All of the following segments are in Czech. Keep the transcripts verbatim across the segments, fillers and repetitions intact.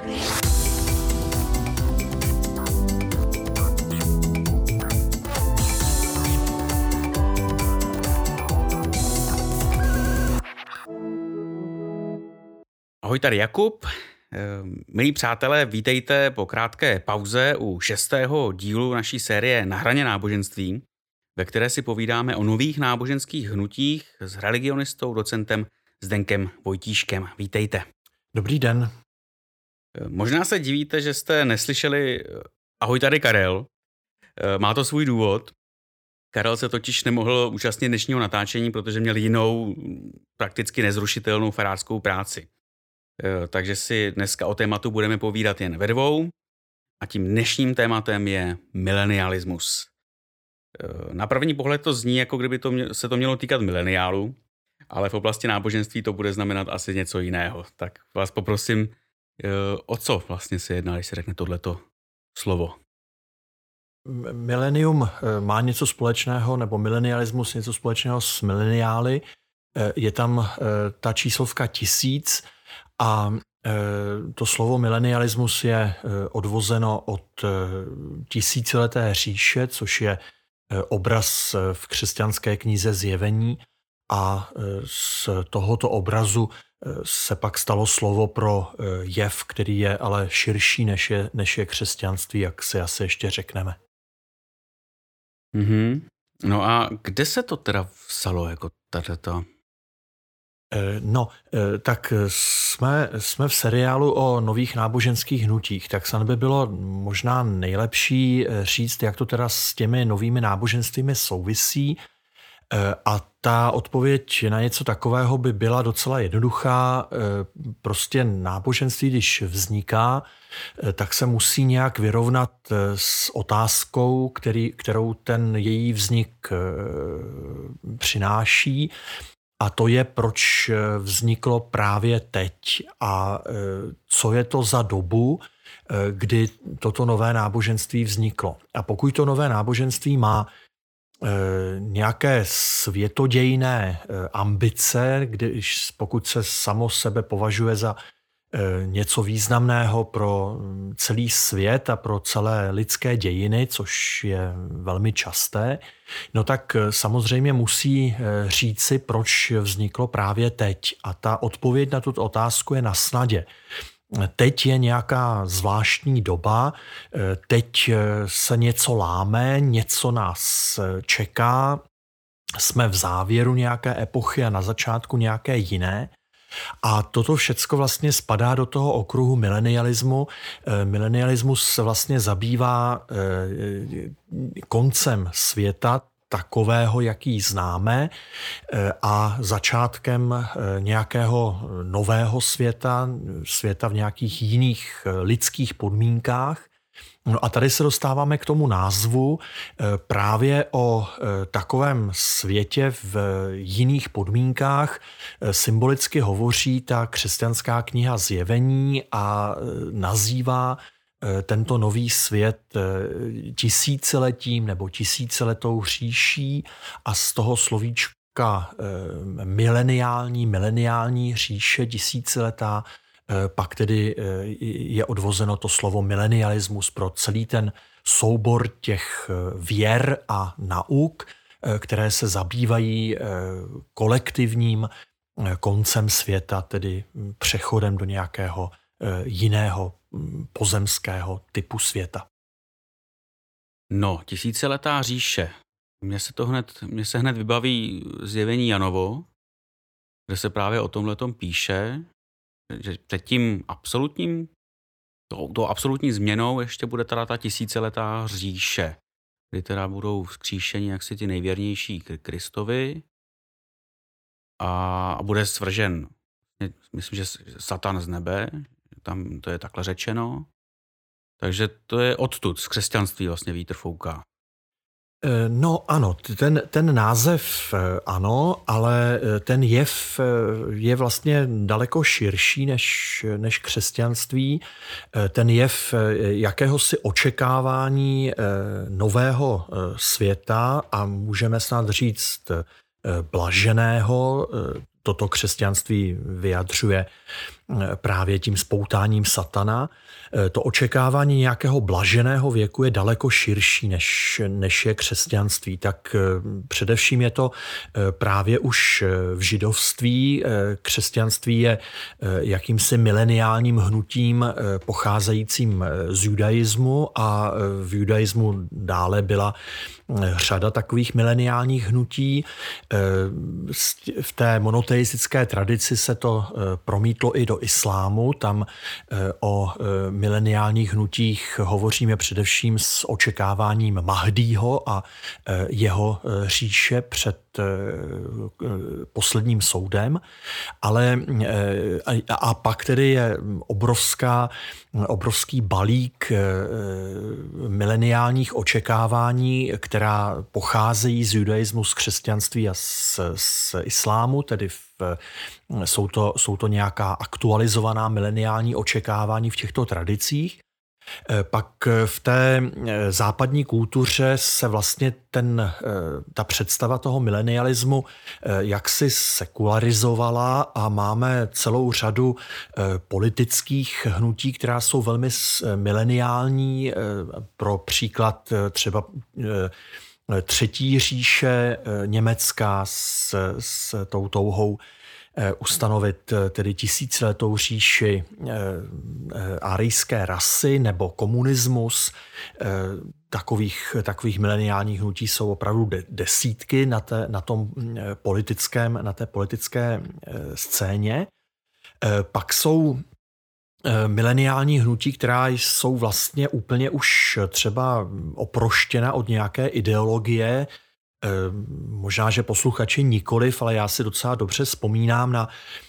Ahoj, tady Jakub. Milí přátelé, vítejte po krátké pauze u šestého dílu naší série Na hraně náboženství, ve které si povídáme o nových náboženských hnutích s religionistou, docentem Zdenkem Vojtíškem. Vítejte. Dobrý den. Možná se divíte, že jste neslyšeli Ahoj, tady Karel. Má to svůj důvod. Karel se totiž nemohl účastnit dnešního natáčení, protože měl jinou, prakticky nezrušitelnou farářskou práci. Takže si dneska o tématu budeme povídat jen ve dvou a tím dnešním tématem je milenialismus. Na první pohled to zní, jako kdyby to mě, se to mělo týkat mileniálů, ale v oblasti náboženství to bude znamenat asi něco jiného. Tak vás poprosím, o co vlastně se jedná, když se řekne tohleto slovo? Milenium má něco společného, nebo milenialismus něco společného s mileniály. Je tam ta číslovka tisíc, a to slovo milenialismus je odvozeno od tisícileté říše, což je obraz v křesťanské knize Zjevení, a z tohoto obrazu se pak stalo slovo pro jev, který je ale širší než je, než je křesťanství, jak si asi ještě řekneme. Mm-hmm. No a kde se to teda vsalo, jako tato? No, tak jsme, jsme v seriálu o nových náboženských hnutích, tak snad by bylo možná nejlepší říct, jak to teda s těmi novými náboženstvími souvisí. A ta odpověď na něco takového by byla docela jednoduchá. Prostě náboženství, když vzniká, tak se musí nějak vyrovnat s otázkou, který, kterou ten její vznik přináší. A to je, proč vzniklo právě teď a co je to za dobu, kdy toto nové náboženství vzniklo. A pokud to nové náboženství má nějaké světodějné ambice, když pokud se samo sebe považuje za něco významného pro celý svět a pro celé lidské dějiny, což je velmi časté, no tak samozřejmě musí říci, proč vzniklo právě teď. A ta odpověď na tuto otázku je na snadě. Teď je nějaká zvláštní doba, teď se něco láme, něco nás čeká, jsme v závěru nějaké epochy a na začátku nějaké jiné. A toto všecko vlastně spadá do toho okruhu milenialismu. Milenialismus se vlastně zabývá koncem světa, takového, jaký známe, a začátkem nějakého nového světa, světa v nějakých jiných lidských podmínkách. No a tady se dostáváme k tomu názvu. Právě o takovém světě v jiných podmínkách symbolicky hovoří ta křesťanská kniha Zjevení a nazývá tento nový svět tisíciletím nebo tisíciletou říší, a z toho slovíčka mileniální, mileniální říše, tisíciletá, pak tedy je odvozeno to slovo milenialismus pro celý ten soubor těch věr a nauk, které se zabývají kolektivním koncem světa, tedy přechodem do nějakého jiného pozemského typu světa. No, tisíciletá říše. Mně se to hned, mně se hned vybaví Zjevení Janovo, kde se právě o tomhletom píše, že před tím absolutním, tou, tou absolutní změnou ještě bude teda ta tisíciletá říše, kdy teda budou vzkříšeni jaksi ti nejvěrnější k Kristovi a, a bude svržen, myslím, že Satan z nebe, tam to je takhle řečeno. Takže to je odtud, z křesťanství vlastně vítr fouká. No ano, ten, ten název ano, ale ten jev je vlastně daleko širší než, než křesťanství. Ten jev jakéhosi očekávání nového světa a můžeme snad říct blaženého, toto křesťanství vyjadřuje právě tím spoutáním satana. To očekávání nějakého blaženého věku je daleko širší, než, než je křesťanství. Tak především je to právě už v židovství. Křesťanství je jakýmsi mileniálním hnutím pocházejícím z judaismu a v judaismu dále byla řada takových mileniálních hnutí. V té monoteistické tradici se to promítlo i do islámu. Tam o mileniálních hnutích hovoříme především s očekáváním Mahdího a jeho říše před posledním soudem. Ale a pak tedy je obrovská, obrovský balík mileniálních očekávání, která pocházejí z judaismu, z křesťanství a z, z islámu, tedy v, jsou, to, jsou to nějaká aktualizovaná mileniální očekávání v těchto tradicích. Pak v té západní kultuře se vlastně ten, ta představa toho milenialismu jaksi sekularizovala a máme celou řadu politických hnutí, která jsou velmi mileniální. Pro příklad třeba Třetí říše německá s, s tou touhou ustanovit tedy tisíciletou říši árijské rasy nebo komunismus. Takových, takových mileniálních hnutí jsou opravdu desítky na té, na tom politickém, na té politické scéně. Pak jsou mileniální hnutí, která jsou vlastně úplně už třeba oproštěna od nějaké ideologie. Možná, že posluchači nikoliv, ale já si docela dobře vzpomínám na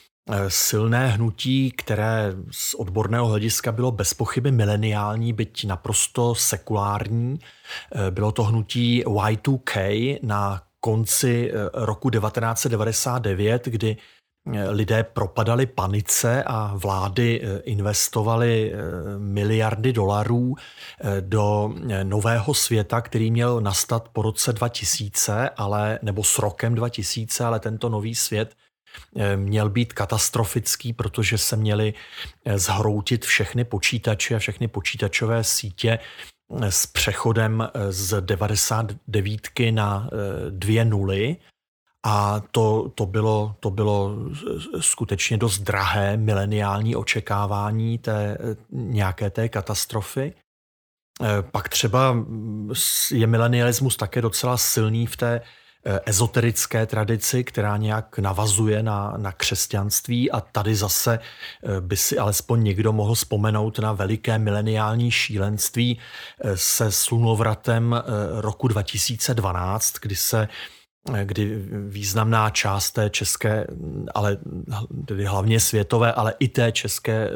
silné hnutí, které z odborného hlediska bylo bez pochyby mileniální, byť naprosto sekulární. Bylo to hnutí Y dva K na konci roku devatenáct set devadesát devět, kdy lidé propadali panice a vlády investovaly miliardy dolarů do nového světa, který měl nastat po roce dva tisíce, ale, nebo s rokem dva tisíce, ale tento nový svět měl být katastrofický, protože se měly zhroutit všechny počítače a všechny počítačové sítě s přechodem z devadesát devět na dvě nuly. A to, to, bylo, to bylo skutečně dost drahé mileniální očekávání té, nějaké té katastrofy. Pak třeba je milenialismus také docela silný v té ezoterické tradici, která nějak navazuje na, na křesťanství a tady zase by si alespoň někdo mohl vzpomenout na veliké mileniální šílenství se slunovratem roku dva tisíce dvanáct, kdy se kdy významná část té české, ale tedy hlavně světové, ale i té české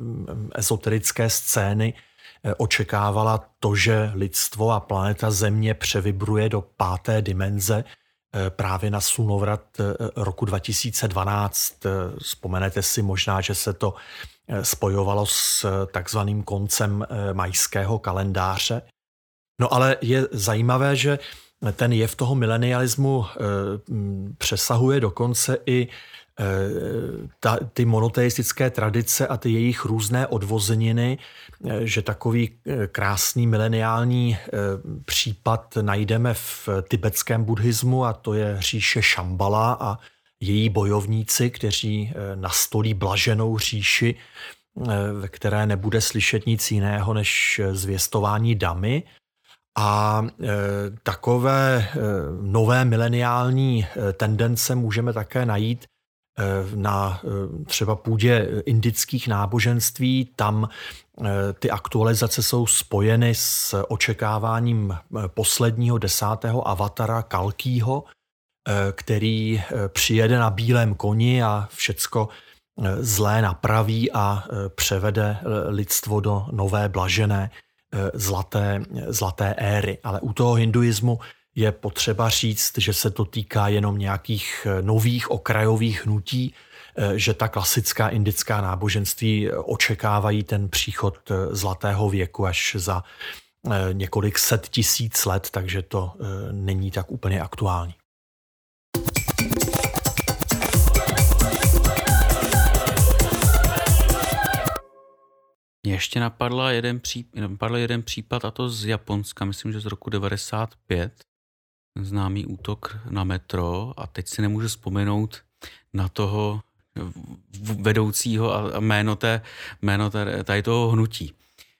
ezoterické scény očekávala to, že lidstvo a planeta Země převibruje do páté dimenze právě na slunovrat roku dva tisíce dvanáct. Vzpomenete si možná, že se to spojovalo s takzvaným koncem majského kalendáře. No ale je zajímavé, že ten jev toho milenialismu e, přesahuje dokonce i e, ta, ty monoteistické tradice a ty jejich různé odvozeniny, e, že takový krásný mileniální e, případ najdeme v tibetském buddhismu a to je říše Šambala a její bojovníci, kteří e, nastolí blaženou říši, e, ve které nebude slyšet nic jiného než zvěstování Dhammy. A e, takové e, nové mileniální e, tendence můžeme také najít e, na e, třeba půdě indických náboženství. Tam e, ty aktualizace jsou spojeny s očekáváním posledního desátého avatara Kalkího, e, který e, přijede na bílém koni a všecko e, zlé napraví a e, převede lidstvo do nové blažené Zlaté, zlaté éry. Ale u toho hinduismu je potřeba říct, že se to týká jenom nějakých nových okrajových hnutí, že ta klasická indická náboženství očekávají ten příchod zlatého věku až za několik set tisíc let, takže to není tak úplně aktuální. Mě ještě napadla jeden, pří, napadl jeden případ, a to z Japonska, myslím, že z roku devadesát pět, známý útok na metro, a teď si nemůžu vzpomenout na toho vedoucího a jméno, té, jméno té, tady toho hnutí.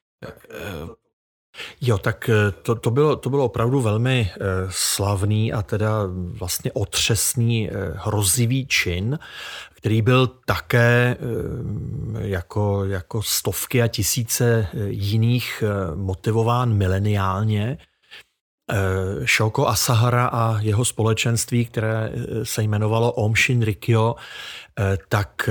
Jo, tak to, to, bylo, to bylo opravdu velmi slavný a teda vlastně otřesný, hrozivý čin, který byl také jako, jako stovky a tisíce jiných motivován mileniálně. Shoko Asahara a jeho společenství, které se jmenovalo Aum Shinrikyo, tak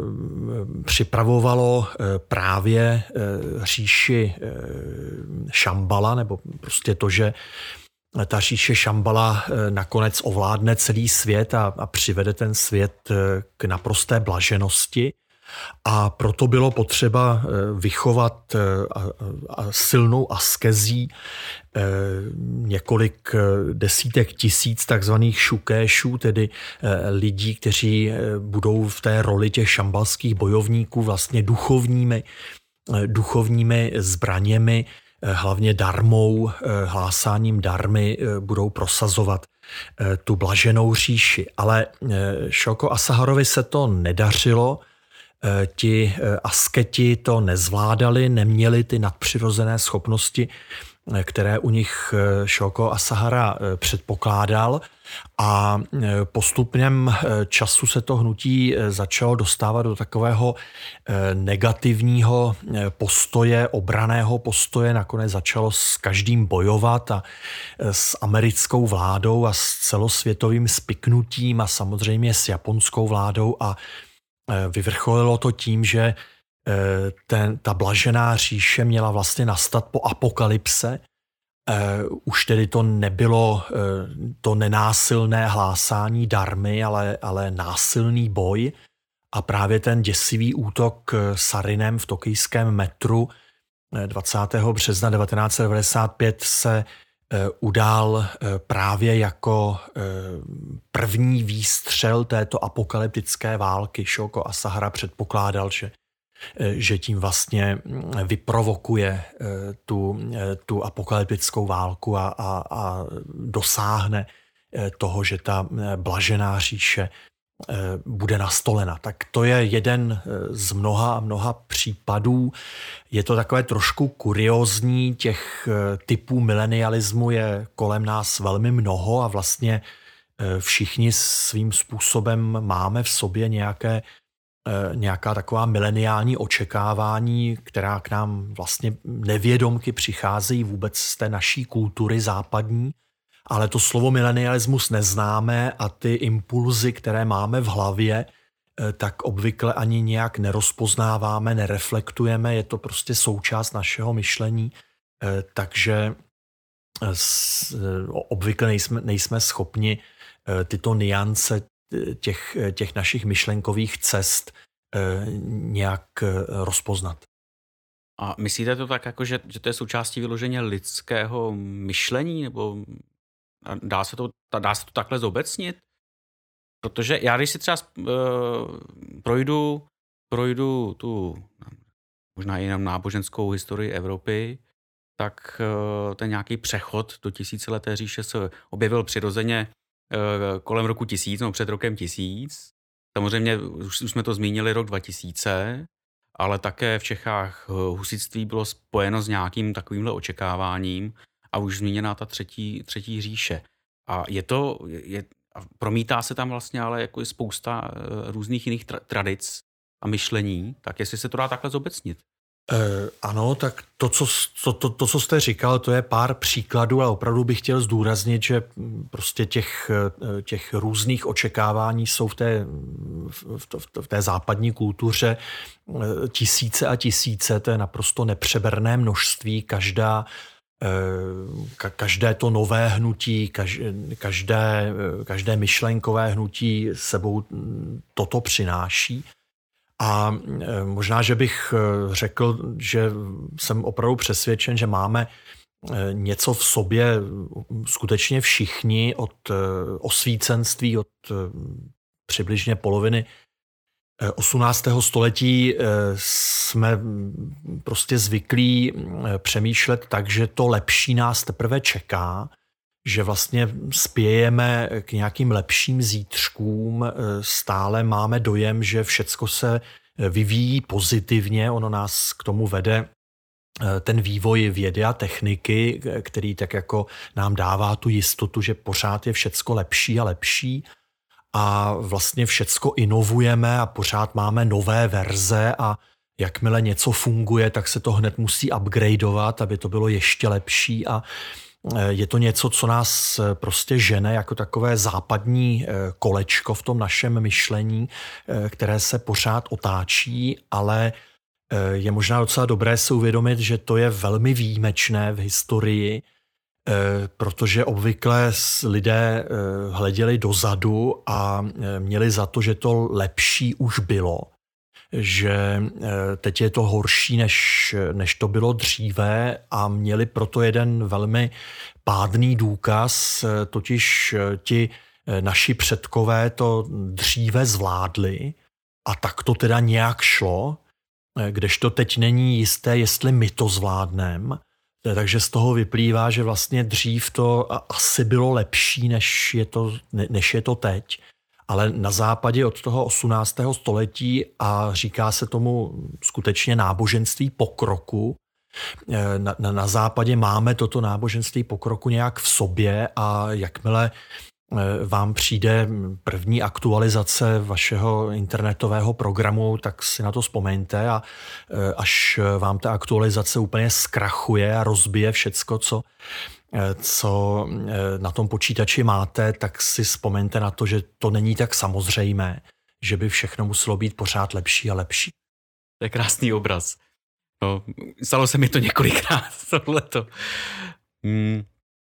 připravovalo právě říši Šambala, nebo prostě to, že ta říše Šambala nakonec ovládne celý svět a, a přivede ten svět k naprosté blaženosti. A proto bylo potřeba vychovat silnou askezí několik desítek tisíc takzvaných šukéšů, tedy lidí, kteří budou v té roli těch šambalských bojovníků vlastně duchovními, duchovními zbraněmi, hlavně darmou, hlásáním darmy budou prosazovat tu blaženou říši. Ale Shoko Asaharovi se to nedařilo. Ti asketi to nezvládali, neměli ty nadpřirozené schopnosti, které u nich Shoko Asahara předpokládal, a postupném času se to hnutí začalo dostávat do takového negativního postoje, obranného postoje, nakonec začalo s každým bojovat a s americkou vládou a s celosvětovým spiknutím a samozřejmě s japonskou vládou, a vyvrcholilo to tím, že ten, ta blažená říše měla vlastně nastat po apokalypse. Už tedy to nebylo to nenásilné hlásání darmy, ale, ale násilný boj. A právě ten děsivý útok sarinem v tokijském metru dvacátého března devatenáct set devadesát pět se udál právě jako první výstřel této apokalyptické války. Shoko Asahara předpokládal, že, že tím vlastně vyprovokuje tu, tu apokalyptickou válku a, a, a dosáhne toho, že ta blažená říše bude nastolena. Tak to je jeden z mnoha mnoha případů. Je to takové trošku kuriózní, těch typů milenialismu je kolem nás velmi mnoho a vlastně všichni svým způsobem máme v sobě nějaké, nějaká taková mileniální očekávání, která k nám vlastně nevědomky přicházejí vůbec z té naší kultury západní. Ale to slovo milenialismus neznáme a ty impulzy, které máme v hlavě, tak obvykle ani nějak nerozpoznáváme, nereflektujeme, je to prostě součást našeho myšlení, takže obvykle nejsme, nejsme schopni tyto nuance těch, těch našich myšlenkových cest nějak rozpoznat. A myslíte to tak, jako že, že to je součástí vyloženě lidského myšlení, nebo dá se to, dá se to takhle zobecnit? Protože já, když si třeba uh, projdu, projdu tu možná jenom náboženskou historii Evropy, tak uh, ten nějaký přechod do tisícileté říše se objevil přirozeně uh, kolem roku tisíc, no před rokem tisíc. Samozřejmě už, už jsme to zmínili rok dva tisíce, ale také v Čechách husitství bylo spojeno s nějakým takovýmhle očekáváním a už zmíněná ta třetí, třetí říše. A je to, je, promítá se tam vlastně ale jako spousta různých jiných tra- tradic a myšlení, tak jestli se to dá takhle zobecnit. E, ano, tak to co, to, to, to, co jste říkal, to je pár příkladů, ale opravdu bych chtěl zdůraznit, že prostě těch, těch různých očekávání jsou v té, v, v té západní kultuře tisíce a tisíce, to je naprosto nepřeberné množství, každá každé to nové hnutí, každé, každé myšlenkové hnutí sebou toto přináší. A možná, že bych řekl, že jsem opravdu přesvědčen, že máme něco v sobě skutečně všichni od osvícenství, od přibližně poloviny osmnáctého století jsme prostě zvyklí přemýšlet tak, že to lepší nás teprve čeká, že vlastně spějeme k nějakým lepším zítřkům, stále máme dojem, že všecko se vyvíjí pozitivně, ono nás k tomu vede ten vývoj vědy a techniky, který tak jako nám dává tu jistotu, že pořád je všecko lepší a lepší a vlastně všecko inovujeme a pořád máme nové verze a jakmile něco funguje, tak se to hned musí upgradeovat, aby to bylo ještě lepší a je to něco, co nás prostě žene jako takové západní kolečko v tom našem myšlení, které se pořád otáčí, ale je možná docela dobré si uvědomit, že to je velmi výjimečné v historii, protože obvykle lidé hleděli dozadu a měli za to, že to lepší už bylo. Že teď je to horší, než, než to bylo dříve a měli proto jeden velmi pádný důkaz, totiž ti naši předkové to dříve zvládli a tak to teda nějak šlo, kdežto teď není jisté, jestli my to zvládneme. Takže z toho vyplývá, že vlastně dřív to asi bylo lepší, než je to, než je to teď. Ale na západě od toho osmnáctého století a říká se tomu skutečně náboženství pokroku. Na, na, na západě máme toto náboženství pokroku nějak v sobě a jakmile vám přijde první aktualizace vašeho internetového programu, tak si na to vzpomeňte a až vám ta aktualizace úplně zkrachuje a rozbije všecko, co co na tom počítači máte, tak si vzpomeňte na to, že to není tak samozřejmé, že by všechno muselo být pořád lepší a lepší. To je krásný obraz. No, stalo se mi to několikrát, tohleto. Hmm.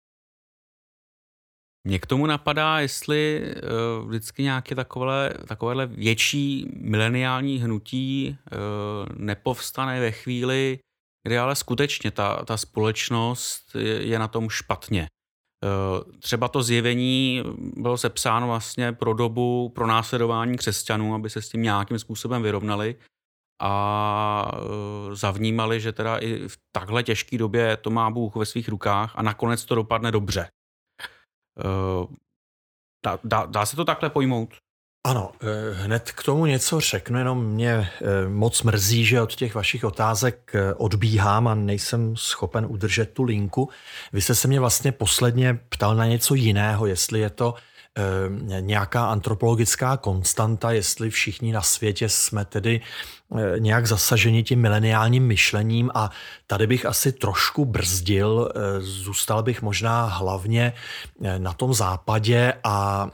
Mně k tomu napadá, jestli uh, vždycky nějaké takovéhle, takovéhle větší mileniální hnutí uh, nepovstane ve chvíli, kdy ale skutečně ta, ta společnost je, je na tom špatně. Třeba to zjevení bylo sepsáno vlastně pro dobu pronásledování křesťanů, aby se s tím nějakým způsobem vyrovnali a zavnímali, že teda i v takhle těžké době to má Bůh ve svých rukách a nakonec to dopadne dobře. Dá, dá, dá se to takhle pojmout? Ano, hned k tomu něco řeknu, jenom mě moc mrzí, že od těch vašich otázek odbíhám a nejsem schopen udržet tu linku. Vy jste se mě vlastně posledně ptal na něco jiného, jestli je to nějaká antropologická konstanta, jestli všichni na světě jsme tedy nějak zasaženi tím mileniálním myšlením a tady bych asi trošku brzdil, zůstal bych možná hlavně na tom západě a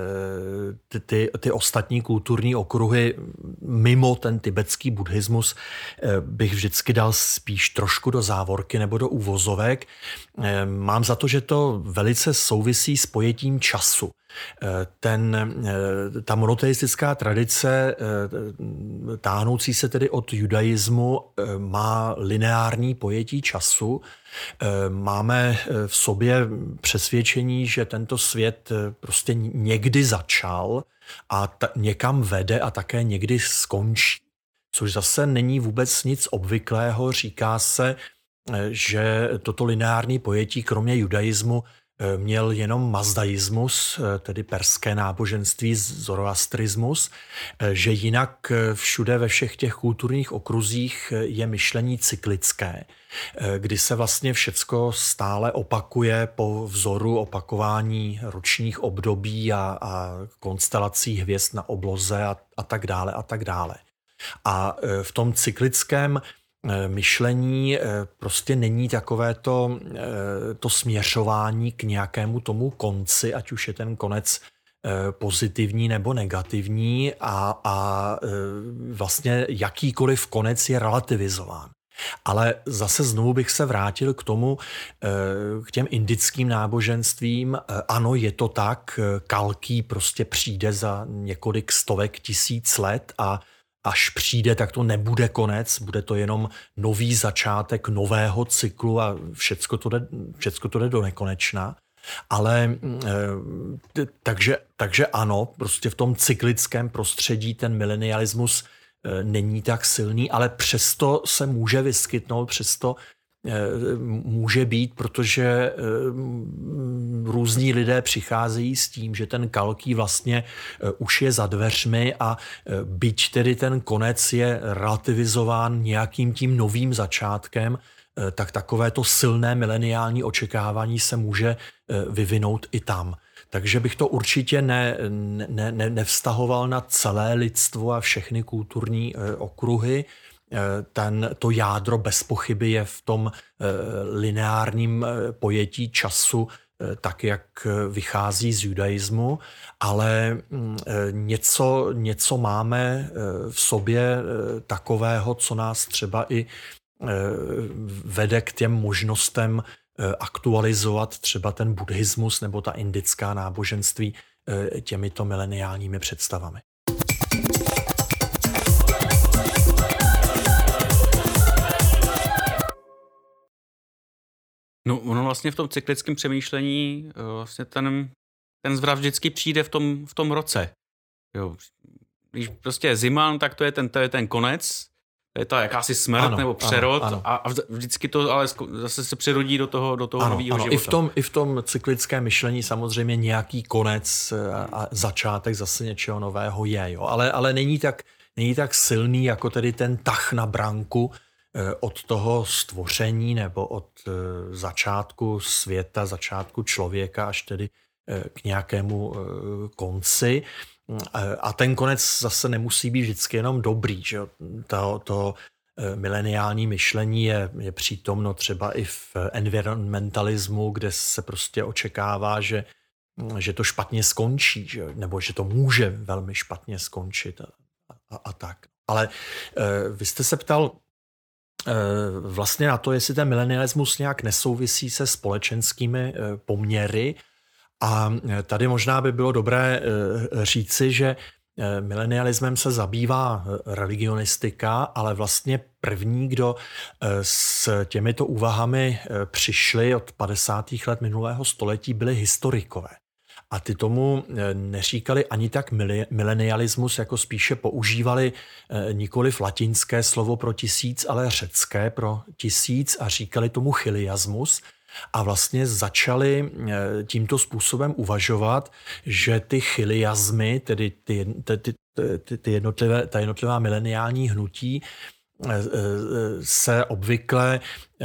ty, ty, ty ostatní kulturní okruhy mimo ten tibetský buddhismus bych vždycky dal spíš trošku do závorky nebo do úvozovek. Mám za to, že to velice souvisí s pojetím času. Ten, ta monoteistická tradice táhnoucí se tedy od judaismu má lineární pojetí času. Máme v sobě přesvědčení, že tento svět prostě někdy začal a ta, někam vede a také někdy skončí. Což zase není vůbec nic obvyklého. Říká se, že toto lineární pojetí kromě judaismu měl jenom mazdaismus, tedy perské náboženství, zoroastrismus, že jinak všude ve všech těch kulturních okruzích je myšlení cyklické, kdy se vlastně všecko stále opakuje po vzoru opakování ročních období a, a konstelací hvězd na obloze a, a tak dále a tak dále. A v tom cyklickém myšlení prostě není takové to, to směřování k nějakému tomu konci, ať už je ten konec pozitivní nebo negativní a, a vlastně jakýkoliv konec je relativizován. Ale zase znovu bych se vrátil k tomu, k těm indickým náboženstvím. Ano, je to tak, Kalký prostě přijde za několik stovek tisíc let a až přijde, tak to nebude konec, bude to jenom nový začátek nového cyklu a všecko to jde, všecko to jde do nekonečna. Ale takže, takže ano, prostě v tom cyklickém prostředí ten milenialismus není tak silný, ale přesto se může vyskytnout, přesto může být, protože různí lidé přicházejí s tím, že ten kalký vlastně už je za dveřmi a byť tedy ten konec je relativizován nějakým tím novým začátkem, tak takovéto silné mileniální očekávání se může vyvinout i tam. Takže bych to určitě ne, ne, ne, nevztahoval na celé lidstvo a všechny kulturní okruhy. Ten, to jádro bez pochyby je v tom lineárním pojetí času, tak jak vychází z judaismu, ale něco, něco máme v sobě takového, co nás třeba i vede k těm možnostem aktualizovat třeba ten buddhismus nebo ta indická náboženství těmito mileniálními představami. No, ono vlastně v tom cyklickém přemýšlení vlastně ten, ten zvrat vždycky přijde v tom, v tom roce. Jo. Když prostě je zima, tak to je ten, to je ten konec, to je ta jakási smrt ano, nebo přerod ano, ano. A vždycky to ale zase se přerodí do toho, do toho nového života. I v, tom, I v tom cyklickém myšlení samozřejmě nějaký konec a začátek zase něčeho nového je. Jo. Ale, ale není, tak, není tak silný jako tedy ten tah na branku od toho stvoření nebo od začátku světa, začátku člověka až tedy k nějakému konci. A ten konec zase nemusí být vždycky jenom dobrý. Že? To, to mileniální myšlení je, je přítomno třeba i v environmentalismu, kde se prostě očekává, že, že to špatně skončí, že? Nebo že to může velmi špatně skončit a, a, a tak. Ale vy jste se ptal vlastně na to, jestli ten milenialismus nějak nesouvisí se společenskými poměry. A tady možná by bylo dobré říci, že milenialismem se zabývá religionistika, ale vlastně první, kdo s těmito úvahami přišli od padesátých let minulého století, byli historikové. A ty tomu neříkali ani tak milenialismus, jako spíše používali nikoliv latinské slovo pro tisíc, ale řecké pro tisíc a říkali tomu chiliasmus. A vlastně začali tímto způsobem uvažovat, že ty chiliasmy, tedy ty, ty, ty, ty jednotlivé, ta jednotlivá mileniální hnutí, se obvykle,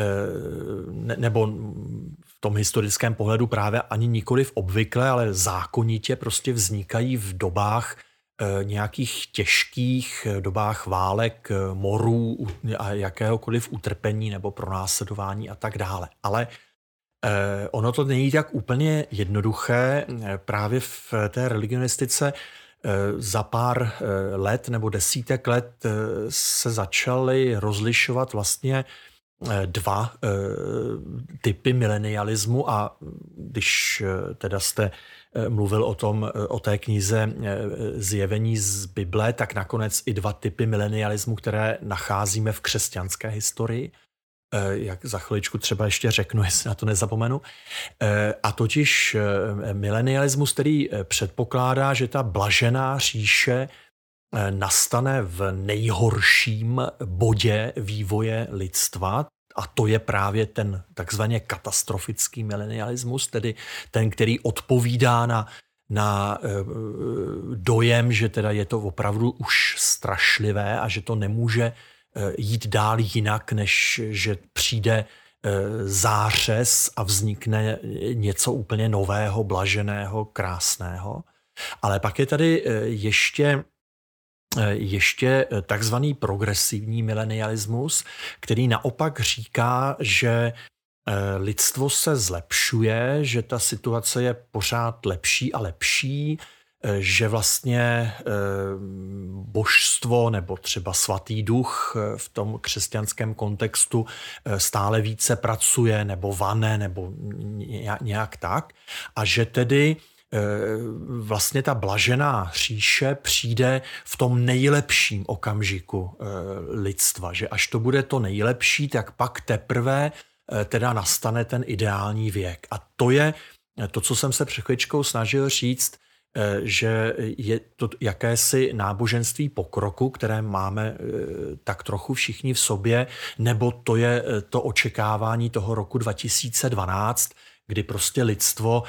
nebo v tom historickém pohledu právě ani nikoliv obvykle, ale zákonitě prostě vznikají v dobách nějakých těžkých dobách válek, morů a jakéhokoliv utrpení nebo pronásledování a tak dále. Ale ono to není tak úplně jednoduché. Právě v té religionistice za pár let nebo desítek let se začaly rozlišovat vlastně dva typy milenialismu a když teda jste mluvil o tom, o té knize Zjevení z Bible, tak nakonec i dva typy milenialismu, které nacházíme v křesťanské historii. Jak za chviličku třeba ještě řeknu, jestli na to nezapomenu. A totiž milenialismus, který předpokládá, že ta blažená říše nastane v nejhorším bodě vývoje lidstva. A to je právě ten takzvaně katastrofický milenialismus, tedy ten, který odpovídá na, na dojem, že teda je to opravdu už strašlivé a že to nemůže jít dál jinak, než že přijde zářez a vznikne něco úplně nového, blaženého, krásného. Ale pak je tady ještě, ještě takzvaný progresivní milenialismus, který naopak říká, že lidstvo se zlepšuje, že ta situace je pořád lepší a lepší, že vlastně božstvo nebo třeba svatý duch v tom křesťanském kontextu stále více pracuje nebo vane nebo nějak tak a že tedy vlastně ta blažená říše přijde v tom nejlepším okamžiku lidstva, že až to bude to nejlepší, tak pak teprve teda nastane ten ideální věk. A to je to, co jsem se před chvíličkou snažil říct, že je to jakési náboženství pokroku, které máme tak trochu všichni v sobě, nebo to je to očekávání toho roku dva tisíce dvanáct, kdy prostě lidstvo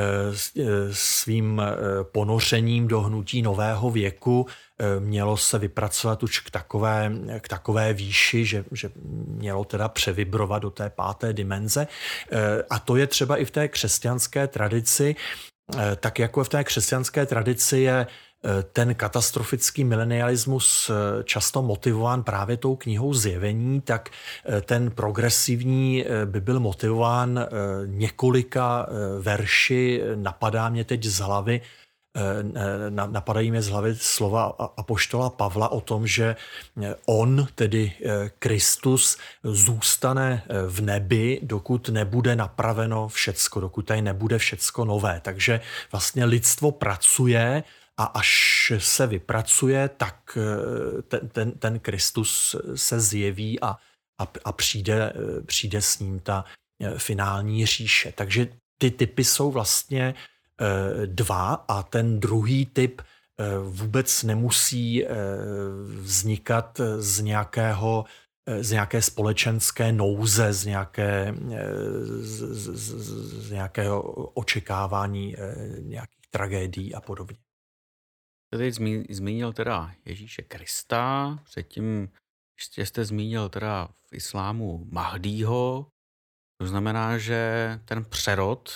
svým ponořením do hnutí nového věku mělo se vypracovat už k takové, k takové výši, že, že mělo teda převibrovat do té páté dimenze. A to je třeba i v té křesťanské tradici. Tak jako v té křesťanské tradici je ten katastrofický milenialismus často motivován právě tou knihou Zjevení, tak ten progresivní by byl motivován několika verši. Napadá mě teď z hlavy, napadají mě z hlavy slova apoštola Pavla o tom, že on, tedy Kristus, zůstane v nebi, dokud nebude napraveno všecko, dokud tady nebude všecko nové. Takže vlastně lidstvo pracuje a až se vypracuje, tak ten, ten, ten Kristus se zjeví a, a, a přijde, přijde s ním ta finální říše. Takže ty typy jsou vlastně dva a ten druhý typ vůbec nemusí vznikat z nějakého z nějaké společenské nouze, z, nějaké, z, z, z nějakého očekávání nějakých tragédií a podobně. Teď zmínil teda Ježíše Krista, předtím ještě jste zmínil teda v islámu Mahdího, to znamená, že ten přerod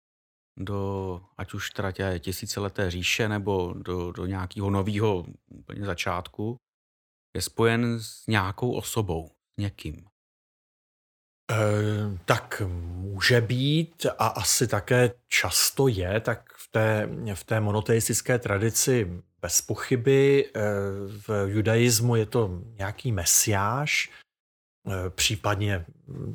do, ať už teda tě tisícileté říše, nebo do, do nějakého nového úplně začátku, je spojen s nějakou osobou, s někým. E, tak může být a asi také často je, tak v té, v té monoteistické tradici bez pochyby. E, v judaismu je to nějaký mesiáš, e, případně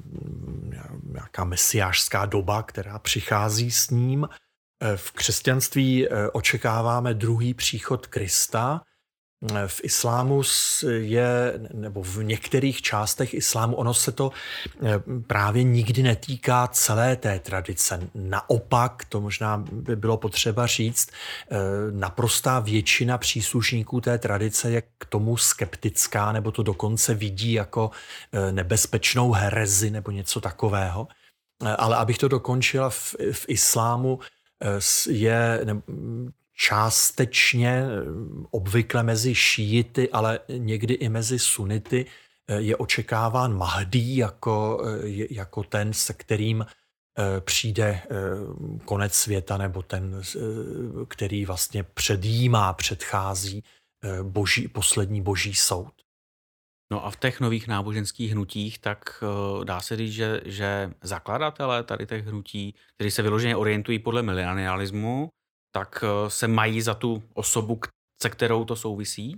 nějaká mesiášská doba, která přichází s ním. E, v křesťanství očekáváme druhý příchod Krista. V islámu je, nebo v některých částech islámu, ono se to právě nikdy netýká celé té tradice. Naopak, to možná by bylo potřeba říct, naprostá většina příslušníků té tradice je k tomu skeptická, nebo to dokonce vidí jako nebezpečnou herezi nebo něco takového. Ale abych to dokončila, v, v islámu je částečně, obvykle mezi šíity, ale někdy i mezi sunity, je očekáván Mahdí jako, jako ten, se kterým přijde konec světa, nebo ten, který vlastně předjímá, předchází boží, poslední boží soud. No a v těch nových náboženských hnutích, tak dá se říct, že, že zakladatelé tady těch hnutí, kteří se vyloženě orientují podle milenialismu, tak se mají za tu osobu, se kterou to souvisí?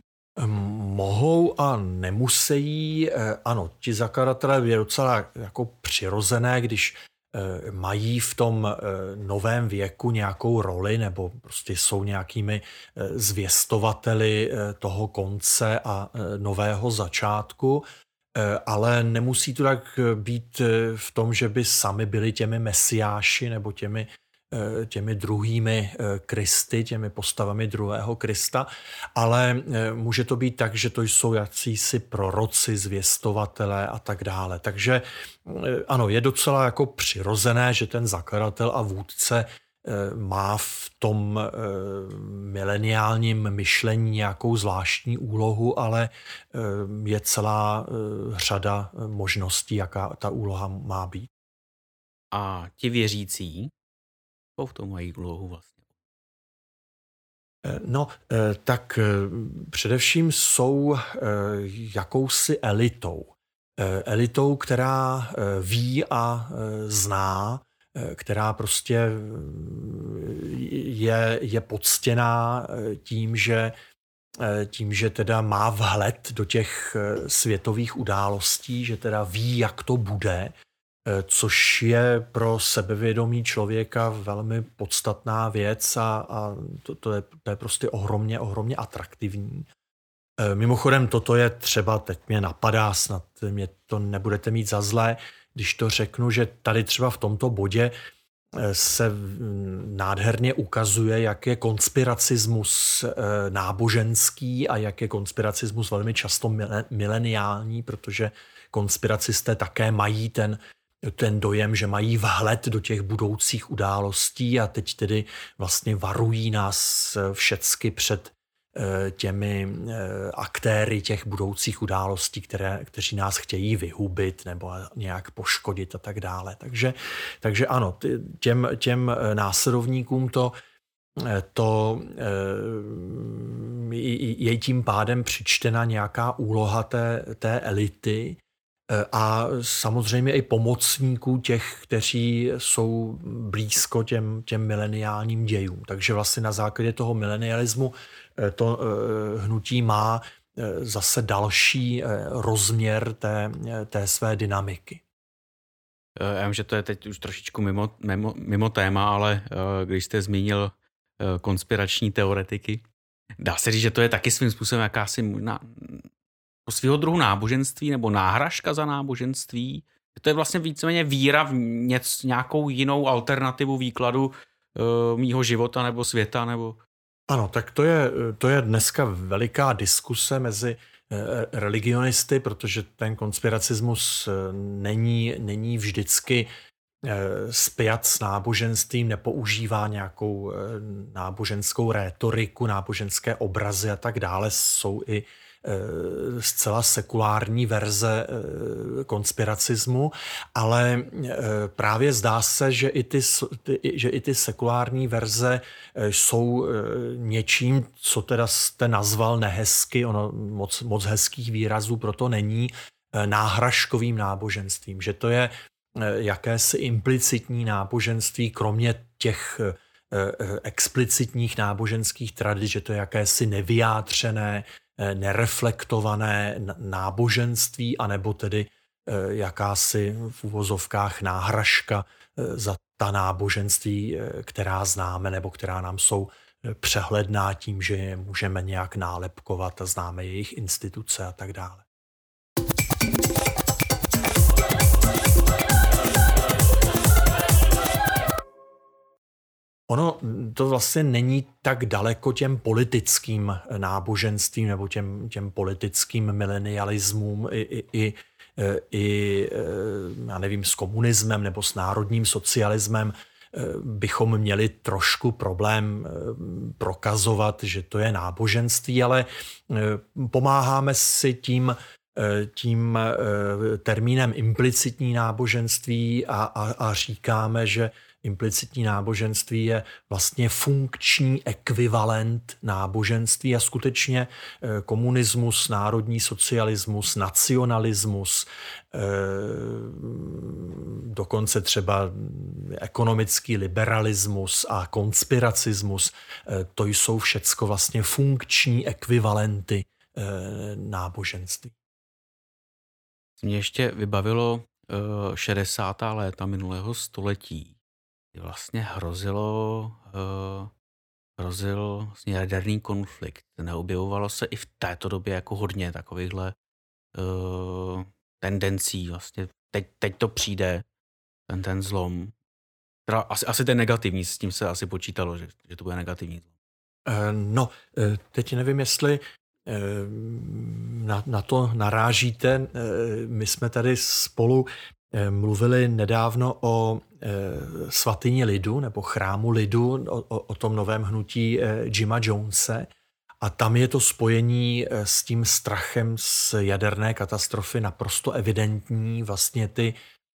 Mohou a nemusí. Ano, ti zakladatelé je docela jako přirozené, když mají v tom novém věku nějakou roli nebo prostě jsou nějakými zvěstovateli toho konce a nového začátku, ale nemusí to tak být v tom, že by sami byli těmi mesiáši nebo těmi těmi druhými Kristy, těmi postavami druhého Krista, ale může to být tak, že to jsou jakýsi proroci, zvěstovatelé a tak dále. Takže ano, je docela jako přirozené, že ten zakladatel a vůdce má v tom mileniálním myšlení nějakou zvláštní úlohu, ale je celá řada možností, jaká ta úloha má být. A ti věřící v tom mají úlohu vlastně? No, tak především jsou jakousi elitou. Elitou, která ví a zná, která prostě je, je poctěná tím, že, tím, že teda má vhled do těch světových událostí, že teda ví, jak to bude, což je pro sebevědomí člověka velmi podstatná věc a, a to, to, je, to je prostě ohromně, ohromně atraktivní. Mimochodem, toto je třeba, teď mě napadá, snad mě to nebudete mít za zlé, když to řeknu, že tady třeba v tomto bodě se nádherně ukazuje, jak je konspiracismus náboženský a jak je konspiracismus velmi často mileniální, protože konspiracisté také mají ten, ten dojem, že mají vhled do těch budoucích událostí a teď tedy vlastně varují nás všecky před těmi aktéry těch budoucích událostí, které, kteří nás chtějí vyhubit nebo nějak poškodit a tak dále. Takže, takže ano, těm, těm následovníkům to, to je tím pádem přičtena nějaká úloha té, té elity a samozřejmě i pomocníků těch, kteří jsou blízko těm, těm mileniálním dějům. Takže vlastně na základě toho milenialismu to hnutí má zase další rozměr té, té své dynamiky. Já vím, že to je teď už trošičku mimo, mimo, mimo téma, ale když jste zmínil konspirační teoretiky, dá se říct, že to je taky svým způsobem jakási možná svého druhu náboženství nebo náhražka za náboženství. To je vlastně víceméně víra v něco, nějakou jinou alternativu výkladu uh, mýho života nebo světa. Nebo... Ano, tak to je, to je dneska veliká diskuse mezi religionisty, protože ten konspiracismus není, není vždycky spjat s náboženstvím, nepoužívá nějakou náboženskou rétoriku, náboženské obrazy a tak dále. Jsou i zcela sekulární verze konspiracismu, ale právě zdá se, že i ty, že i ty sekulární verze jsou něčím, co teda jste nazval nehezky, ono moc, moc hezkých výrazů proto není, náhražkovým náboženstvím, že to je jakési implicitní náboženství, kromě těch explicitních náboženských tradic, že to je jakési nevyjádřené, nereflektované náboženství, anebo tedy jakási v uvozovkách náhražka za ta náboženství, která známe nebo která nám jsou přehledná tím, že je můžeme nějak nálepkovat a známe jejich instituce a tak dále. Ono to vlastně není tak daleko těm politickým náboženstvím nebo těm, těm politickým milenialismům i, i, i, i já nevím, s komunismem nebo s národním socialismem bychom měli trošku problém prokazovat, že to je náboženství, ale pomáháme si tím, tím termínem implicitní náboženství a, a, a říkáme, že implicitní náboženství je vlastně funkční ekvivalent náboženství a skutečně komunismus, národní socialismus, nacionalismus, dokonce třeba ekonomický liberalismus a konspiracismus, to jsou všecko vlastně funkční ekvivalenty náboženství. Mě ještě vybavilo šedesátá léta minulého století, kdy vlastně hrozilo, uh, hrozil vlastně jaderný konflikt. Neobjevovalo se i v této době jako hodně takovýchhle uh, tendencí. Vlastně teď, teď to přijde, ten, ten zlom. Teda asi, asi ten negativní, s tím se asi počítalo, že, že to bude negativní. No, teď nevím, jestli na, na to narážíte. My jsme tady spolu mluvili nedávno o svatyni lidu nebo chrámu lidu, o, o tom novém hnutí Jima Jonese. A tam je to spojení s tím strachem z jaderné katastrofy naprosto evidentní. Vlastně ty,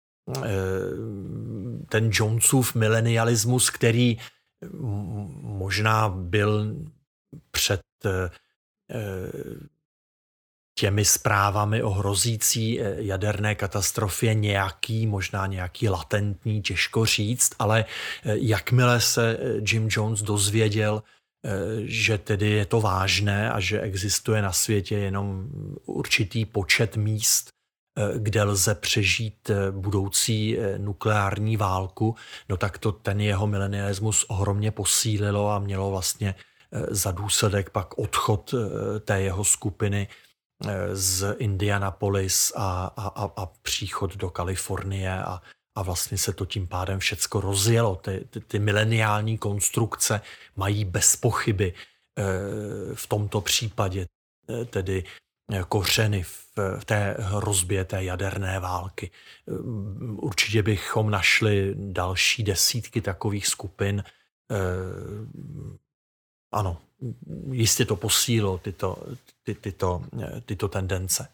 ten Jonesův milenialismus, který možná byl před těmi zprávami o hrozící jaderné katastrofě nějaký, možná nějaký latentní, těžko říct, ale jakmile se Jim Jones dozvěděl, že tedy je to vážné a že existuje na světě jenom určitý počet míst, kde lze přežít budoucí nukleární válku, no tak to ten jeho milenialismus ohromně posílilo a mělo vlastně za důsledek pak odchod té jeho skupiny z Indianapolis a, a, a příchod do Kalifornie a, a vlastně se to tím pádem všecko rozjelo. Ty, ty, ty mileniální konstrukce mají bez pochyby v tomto případě tedy kořeny v, v té hrozbě té jaderné války. Určitě bychom našli další desítky takových skupin. Ano, jistě to posílilo tyto, ty, tyto, tyto tendence.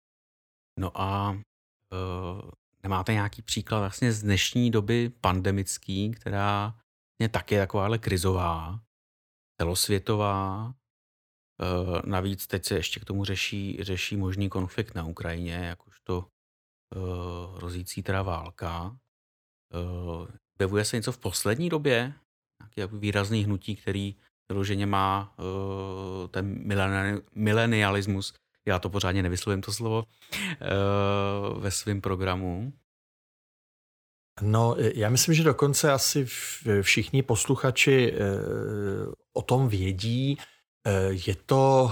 No a uh, nemáte nějaký příklad vlastně z dnešní doby pandemický, která je taky takováhle krizová, celosvětová. Uh, navíc teď se ještě k tomu řeší, řeší možný konflikt na Ukrajině, jakožto uh, hrozící teda válka. Uh, Objevuje se něco v poslední době? Nějaký výrazný hnutí, který vyloženě má uh, ten mileni- milenialismus, já to pořádně nevyslovím to slovo, uh, ve svém programu? No, já myslím, že dokonce asi všichni posluchači o tom vědí. Je to,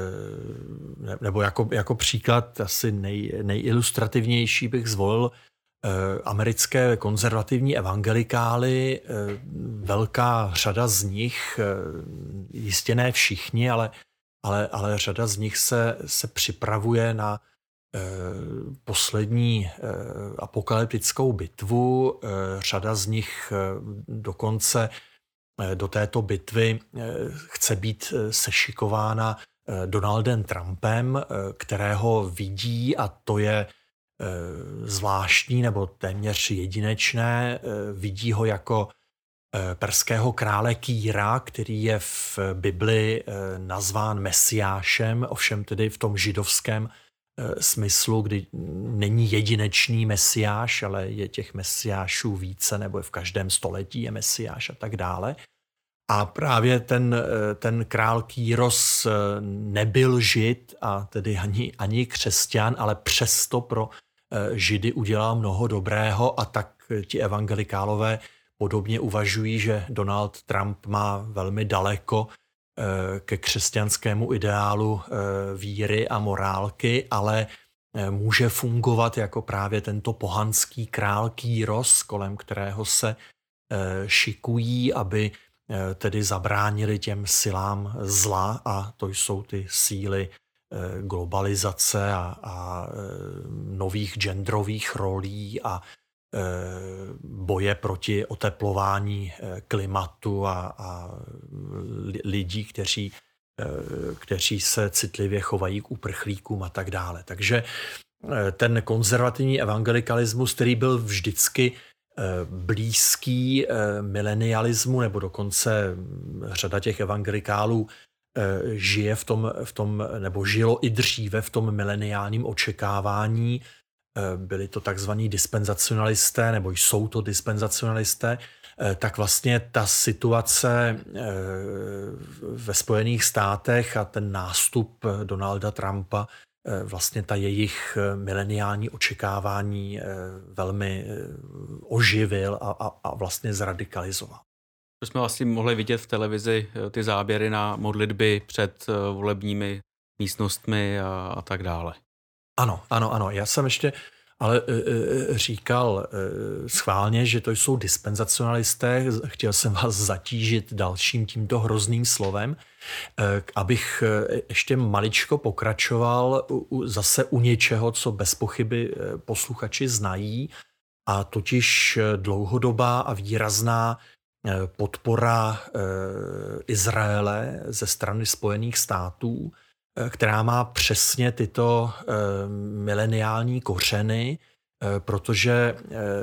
nebo jako, jako příklad asi nej, nejilustrativnější bych zvolil americké konzervativní evangelikály. Velká řada z nich, jistě ne všichni, ale, ale, ale řada z nich se, se připravuje na poslední apokalyptickou bitvu. Řada z nich dokonce do této bitvy chce být sešikována Donaldem Trumpem, kterého vidí, a to je zvláštní nebo téměř jedinečné, vidí ho jako perského krále Kýra, který je v Bibli nazván Mesiášem, ovšem tedy v tom židovském smyslu, kdy není jedinečný mesiáš, ale je těch mesiášů více, nebo v každém století je mesiáš a tak dále. A právě ten, ten král Kýros nebyl žid a tedy ani, ani křesťan, ale přesto pro židy udělal mnoho dobrého, a tak ti evangelikálové podobně uvažují, že Donald Trump má velmi daleko ke křesťanskému ideálu víry a morálky, ale může fungovat jako právě tento pohanský král Kýros, kolem kterého se šikují, aby tedy zabránili těm silám zla, a to jsou ty síly globalizace a, a nových genderových rolí a boje proti oteplování klimatu a, a lidí, kteří, kteří se citlivě chovají k uprchlíkům a tak dále. Takže ten konzervativní evangelikalismus, který byl vždycky blízký milenialismu, nebo dokonce řada těch evangelikálů žije v tom, v tom, nebo žilo i dříve v tom mileniálním očekávání. Byli to takzvaní dispenzacionalisté, nebo jsou to dispenzacionalisté, tak vlastně ta situace ve Spojených státech a ten nástup Donalda Trumpa vlastně ta jejich mileniální očekávání velmi oživil a, a, a vlastně zradikalizoval. To jsme vlastně mohli vidět v televizi ty záběry na modlitby před volebními místnostmi a, a tak dále. Ano, ano, ano. Já jsem ještě ale e, říkal e, schválně, že to jsou dispenzacionalisté. Chtěl jsem vás zatížit dalším tímto hrozným slovem, e, abych ještě maličko pokračoval u, zase u něčeho, co bez pochyby posluchači znají, a totiž dlouhodobá a výrazná podpora e, Izraele ze strany Spojených států, která má přesně tyto e, mileniální kořeny, e, protože e,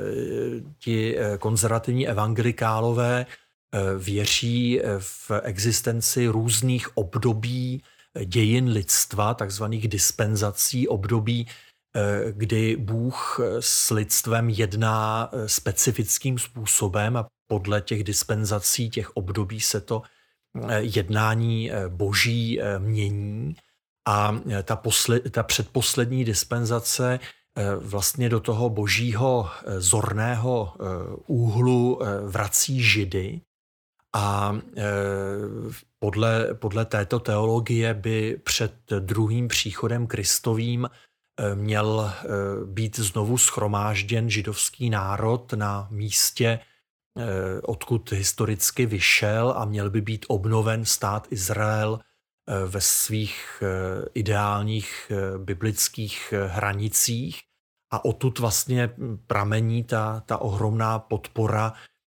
ti konzervativní evangelikálové e, věří v existenci různých období dějin lidstva, takzvaných dispenzací, období, e, kdy Bůh s lidstvem jedná specifickým způsobem, a podle těch dispenzací, těch období se to jednání boží mění. A ta, posled, ta předposlední dispenzace vlastně do toho božího zorného úhlu vrací židy. A podle, podle této teologie by před druhým příchodem Kristovým měl být znovu shromážděn židovský národ na místě, odkud historicky vyšel, a měl by být obnoven stát Izrael ve svých ideálních biblických hranicích. A odtud vlastně pramení ta, ta ohromná podpora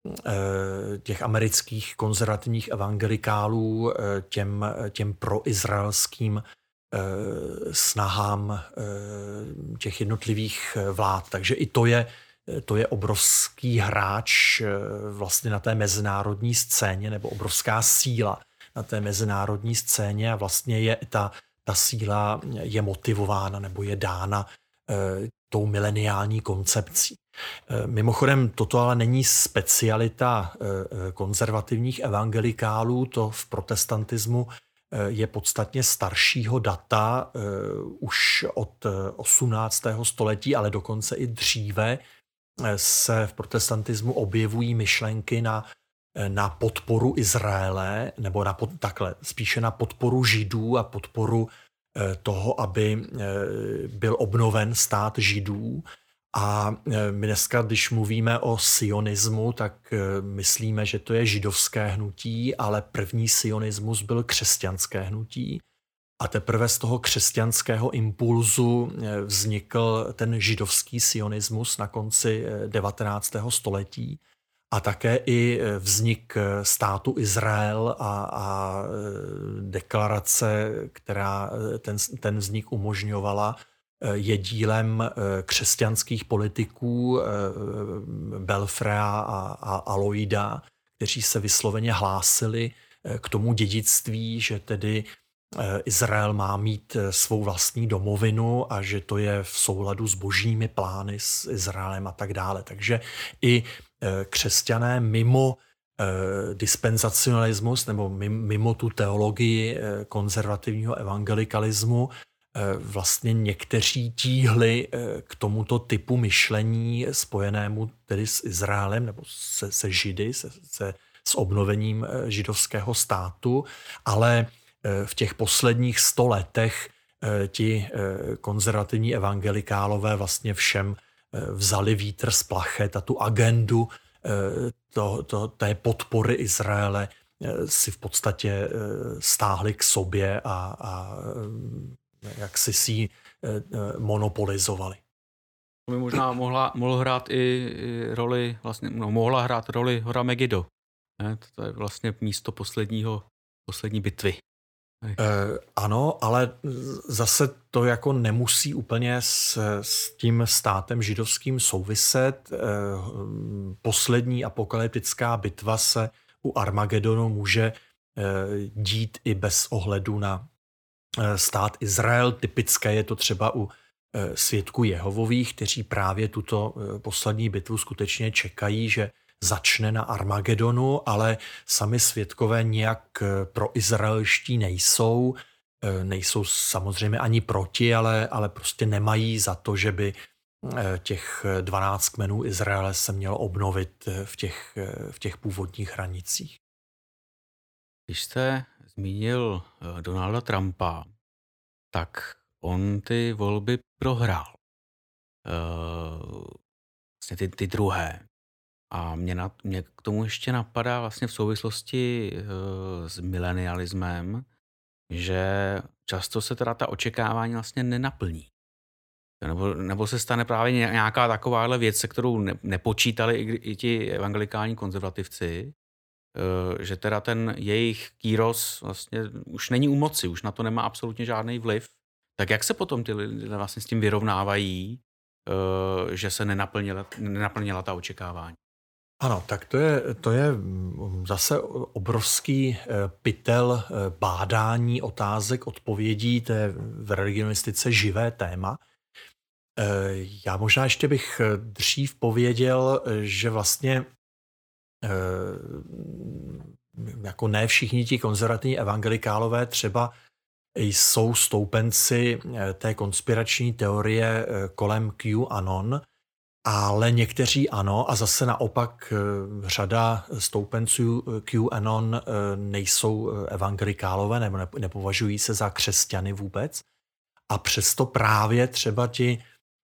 těch amerických konzervativních evangelikálů těm, těm proizraelským snahám těch jednotlivých vlád. Takže i to je, to je obrovský hráč vlastně na té mezinárodní scéně, nebo obrovská síla na té mezinárodní scéně, a vlastně je ta, ta síla je motivována nebo je dána tou mileniální koncepcí. Mimochodem, toto ale není specialita konzervativních evangelikálů, to v protestantismu je podstatně staršího data, už od osmnáctého století, ale dokonce i dříve se v protestantismu objevují myšlenky na, na podporu Izraele, nebo na, takhle, spíše na podporu Židů a podporu toho, aby byl obnoven stát Židů. A my dneska, když mluvíme o sionismu, tak myslíme, že to je židovské hnutí, ale první sionismus byl křesťanské hnutí. A teprve z toho křesťanského impulzu vznikl ten židovský sionismus na konci devatenáctého století. A také i vznik státu Izrael a, a deklarace, která ten, ten vznik umožňovala, je dílem křesťanských politiků Belfrea a, a Aloida, kteří se vysloveně hlásili k tomu dědictví, že tedy Izrael má mít svou vlastní domovinu a že to je v souladu s božími plány s Izraelem a tak dále. Takže i křesťané mimo dispenzacionalismus nebo mimo tu teologii konzervativního evangelikalismu vlastně někteří tíhli k tomuto typu myšlení spojenému tedy s Izraelem nebo se, se Židy, se, se, s obnovením židovského státu, ale v těch posledních sto letech ti konzervativní evangelikálové vlastně všem vzali vítr z plachet a tu agendu to, to, té podpory Izraele si v podstatě stáhli k sobě a, a jak si si ji monopolizovali. To by možná mohla, mohl hrát i roli, vlastně, no, mohla hrát roli hora Megido. Ne? To je vlastně místo posledního, poslední bitvy. E, ano, ale zase to jako nemusí úplně s, s tím státem židovským souviset. E, poslední apokalyptická bitva se u Armagedonu může e, dít i bez ohledu na e, stát Izrael. Typické je to třeba u e, svědků Jehovových, kteří právě tuto e, poslední bitvu skutečně čekají, že začne na Armagedonu, ale sami svědkové nějak proizraelští nejsou. Nejsou samozřejmě ani proti, ale, ale prostě nemají za to, že by těch dvanáct kmenů Izraele se mělo obnovit v těch, v těch původních hranicích. Když jste zmínil Donalda Trumpa, tak on ty volby prohrál. Vlastně ty, ty druhé. A mě, na, mě k tomu ještě napadá vlastně v souvislosti e, s milenialismem, že často se teda ta očekávání vlastně nenaplní. Nebo, nebo se stane právě nějaká takováhle věc, se kterou ne, nepočítali i, i ti evangelikální konzervativci, e, že teda ten jejich kýros vlastně už není u moci, už na to nemá absolutně žádný vliv. Tak jak se potom ty lidé vlastně s tím vyrovnávají, e, že se nenaplnila, nenaplnila ta očekávání? Ano, tak to je, to je zase obrovský pytel bádání, otázek, odpovědí, to je v religionistice živé téma. Já možná ještě bych dřív pověděl, že vlastně jako ne všichni ti konzervativní evangelikálové třeba jsou stoupenci té konspirační teorie kolem QAnon, ale někteří ano, a zase naopak řada stoupenců QAnon nejsou evangelikálové nebo nepovažují se za křesťany vůbec. A přesto právě třeba ti,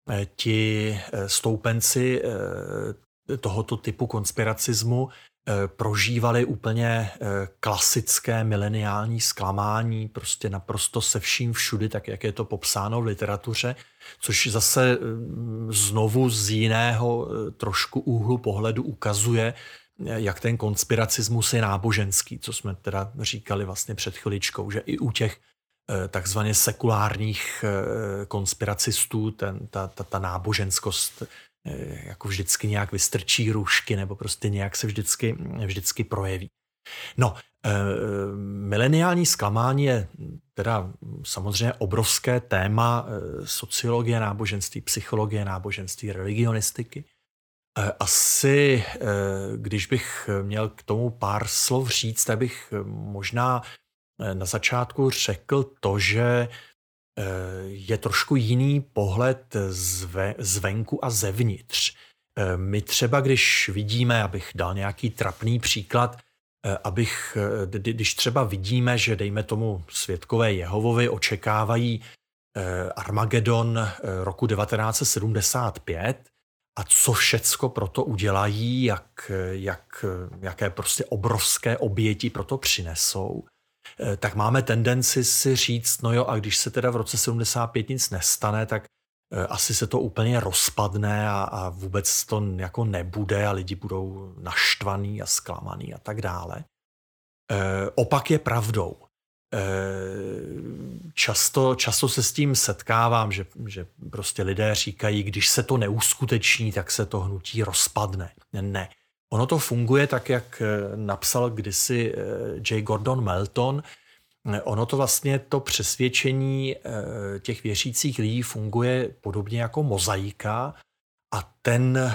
ti stoupenci tohoto typu konspiracismu prožívali úplně klasické mileniální zklamání, prostě naprosto se vším všudy, tak jak je to popsáno v literatuře, což zase znovu z jiného trošku úhlu pohledu ukazuje, jak ten konspiracismus je náboženský, co jsme teda říkali vlastně před chviličkou, že i u těch takzvaně sekulárních konspiracistů ten, ta, ta, ta náboženskost jako vždycky nějak vystrčí růžky nebo prostě nějak se vždycky, vždycky projeví. No, e, mileniální zklamání je teda samozřejmě obrovské téma sociologie náboženství, psychologie náboženství, religionistiky. E, asi, e, když bych měl k tomu pár slov říct, tak bych možná na začátku řekl to, že je trošku jiný pohled zve, zvenku a zevnitř. My třeba, když vidíme, abych dal nějaký trapný příklad, abych, když třeba vidíme, že dejme tomu svědkové Jehovovi očekávají Armagedon roku devatenáct set sedmdesát pět a co všecko pro to udělají, jak, jak, jaké prostě obrovské oběti pro to přinesou, tak máme tendenci si říct, no jo, a když se teda v roce sedmdesát pět nic nestane, tak asi se to úplně rozpadne a, a vůbec to jako nebude a lidi budou naštvaný a zklamaný a tak dále. E, opak je pravdou. E, často, často se s tím setkávám, že, že prostě lidé říkají, když se to neuskuteční, tak se to hnutí rozpadne. Ne. Ono to funguje tak, jak napsal kdysi J. Gordon Melton. Ono to vlastně, to přesvědčení těch věřících lidí funguje podobně jako mozaika a ten,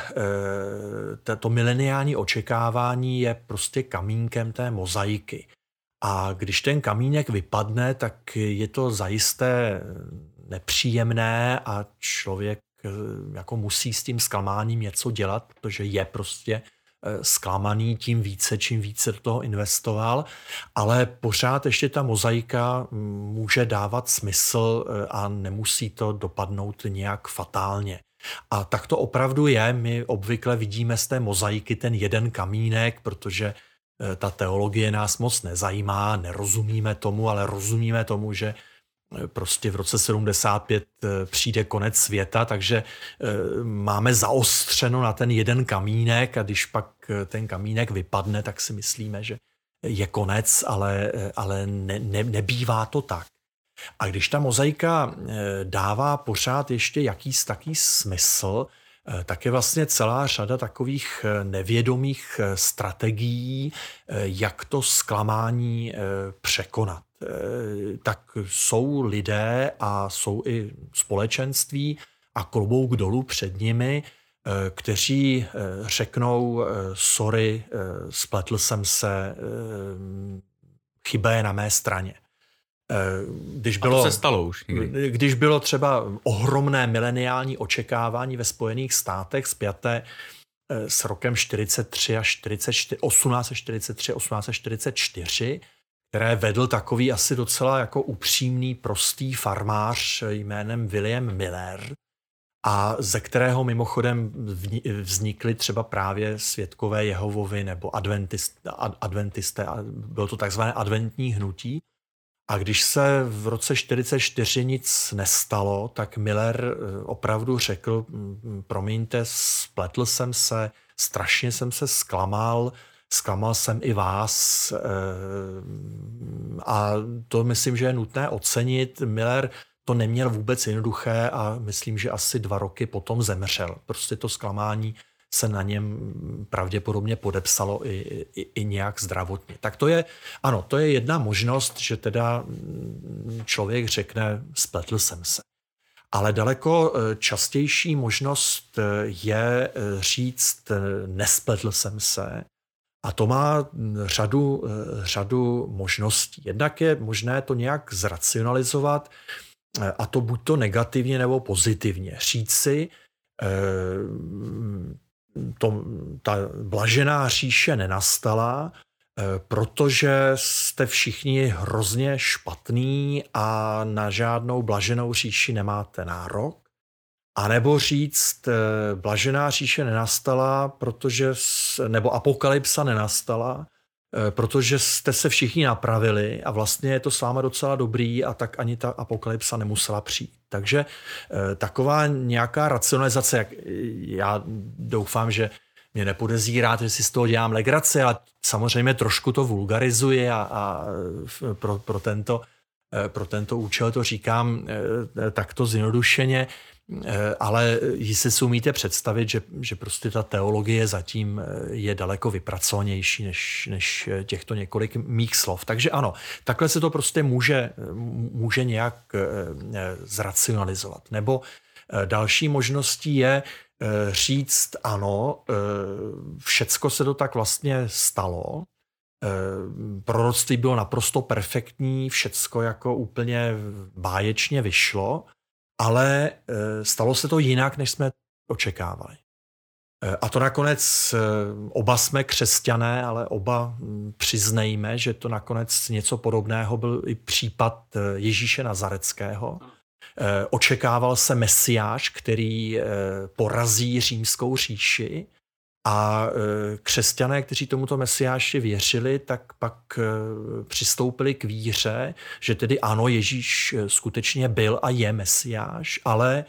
to mileniální očekávání je prostě kamínkem té mozaiky. A když ten kamínek vypadne, tak je to zajisté nepříjemné a člověk jako musí s tím zklamáním něco dělat, protože je prostě zklamaný tím více, čím více do toho investoval, ale pořád ještě ta mozaika může dávat smysl a nemusí to dopadnout nějak fatálně. A tak to opravdu je. My obvykle vidíme z té mozaiky ten jeden kamínek, protože ta teologie nás moc nezajímá, nerozumíme tomu, ale rozumíme tomu, že prostě v roce sedmdesát pět přijde konec světa, takže máme zaostřeno na ten jeden kamínek a když pak ten kamínek vypadne, tak si myslíme, že je konec, ale, ale ne, ne, nebývá to tak. A když ta mozaika dává pořád ještě jakýs taký smysl, tak je vlastně celá řada takových nevědomých strategií, jak to zklamání překonat. Tak jsou lidé a jsou i společenství a klobouk dolů před nimi, kteří řeknou sorry, spletl jsem se, chyba je na mé straně. Když bylo, a to se stalo už někdy. Když bylo třeba ohromné mileniální očekávání ve Spojených státech spjaté s rokem čtyřicet tři až čtyřicet čtyři, osmnáct set čtyřicet tři osmnáct set čtyřicet čtyři, které vedl takový asi docela jako upřímný, prostý farmář jménem William Miller a ze kterého mimochodem vznikly třeba právě svědkové Jehovovi nebo adventist, adventisté, bylo to takzvané adventní hnutí. A když se v roce čtyřicet čtyři nic nestalo, tak Miller opravdu řekl, promiňte, spletl jsem se, strašně jsem se zklamal, zklamal jsem i vás a to myslím, že je nutné ocenit. Miller to neměl vůbec jednoduché a myslím, že asi dva roky potom zemřel. Prostě to zklamání se na něm pravděpodobně podepsalo i, i, i nějak zdravotně. Tak to je, ano, to je jedna možnost, že teda člověk řekne, spletl jsem se. Ale daleko častější možnost je říct, nespletl jsem se. A to má řadu, řadu možností. Jednak je možné to nějak zracionalizovat, a to buď to negativně nebo pozitivně. Říct si, to, ta blažená říše nenastala, Protože jste všichni hrozně špatný a na žádnou blaženou říši nemáte nárok. A nebo říct, blažená říše nenastala, protože, nebo apokalypsa nenastala, protože jste se všichni napravili a vlastně je to s váma docela dobrý a tak ani ta apokalypsa nemusela přijít. Takže taková nějaká racionalizace, jak já doufám, že mě nepodezíráte, že si z toho dělám legraci, ale samozřejmě trošku to vulgarizuji a, a pro, pro, tento, pro tento účel to říkám takto zjednodušeně, ale jistě si umíte představit, že, že prostě ta teologie zatím je daleko vypracovanější než, než těchto několik mých slov. Takže ano, takhle se to prostě může, může nějak zracionalizovat. Nebo další možností je říct ano, všecko se to tak vlastně stalo, proroctví bylo naprosto perfektní, všecko jako úplně báječně vyšlo, ale stalo se to jinak, než jsme očekávali. A to nakonec oba jsme křesťané, ale oba přiznejme, že to nakonec něco podobného byl i případ Ježíše Nazareckého. Očekával se Mesiáš, který porazí římskou říši a křesťané, kteří tomuto Mesiáši věřili, tak pak přistoupili k víře, že tedy ano, Ježíš skutečně byl a je Mesiáš, ale,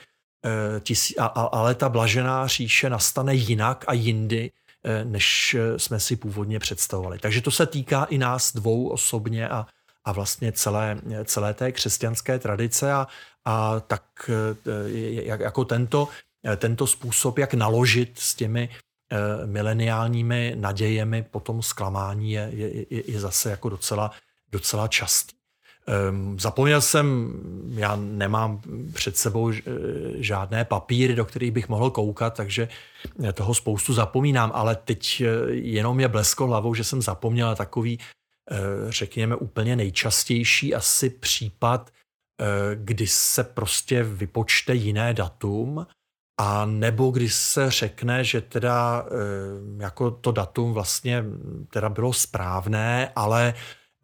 ale ta blažená říše nastane jinak a jindy, než jsme si původně představovali. Takže to se týká i nás dvou osobně a, a vlastně celé, celé té křesťanské tradice a, a tak jako tento, tento způsob, jak naložit s těmi mileniálními nadějemi po tom zklamání je, je, je zase jako docela, docela častý. Zapomněl jsem, já nemám před sebou žádné papíry, do kterých bych mohl koukat, takže toho spoustu zapomínám, ale teď jenom mě blesko hlavou, že jsem zapomněl takový, řekněme, úplně nejčastější asi případ, kdy se prostě vypočte jiné datum, a nebo když se řekne, že teda jako to datum vlastně teda bylo správné, ale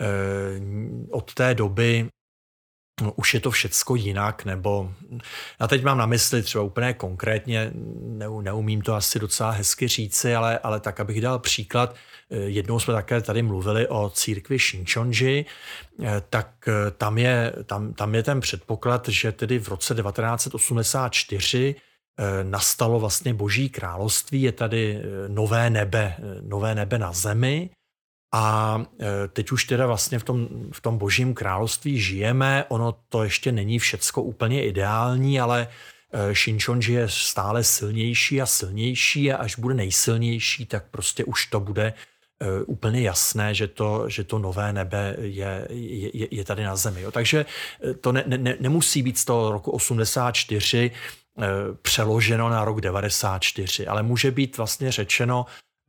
od té doby už je to všecko jinak, nebo já teď mám na mysli třeba úplně konkrétně, neumím to asi docela hezky říci, ale, ale tak, abych dal příklad, jednou jsme také tady mluvili o církvi Shincheonji, tak tam je, tam, tam je ten předpoklad, že tedy v roce devatenáct set osmdesát čtyři nastalo vlastně Boží království, je tady nové nebe, nové nebe na zemi a teď už teda vlastně v tom, v tom Božím království žijeme, ono to ještě není všecko úplně ideální, ale Shincheonji je stále silnější a silnější a až bude nejsilnější, tak prostě už to bude úplně jasné, že to, že to nové nebe je, je, je tady na zemi. Jo. Takže to ne, ne, nemusí být z toho roku osmdesát čtyři přeloženo na rok devadesát čtyři, ale může být vlastně řečeno,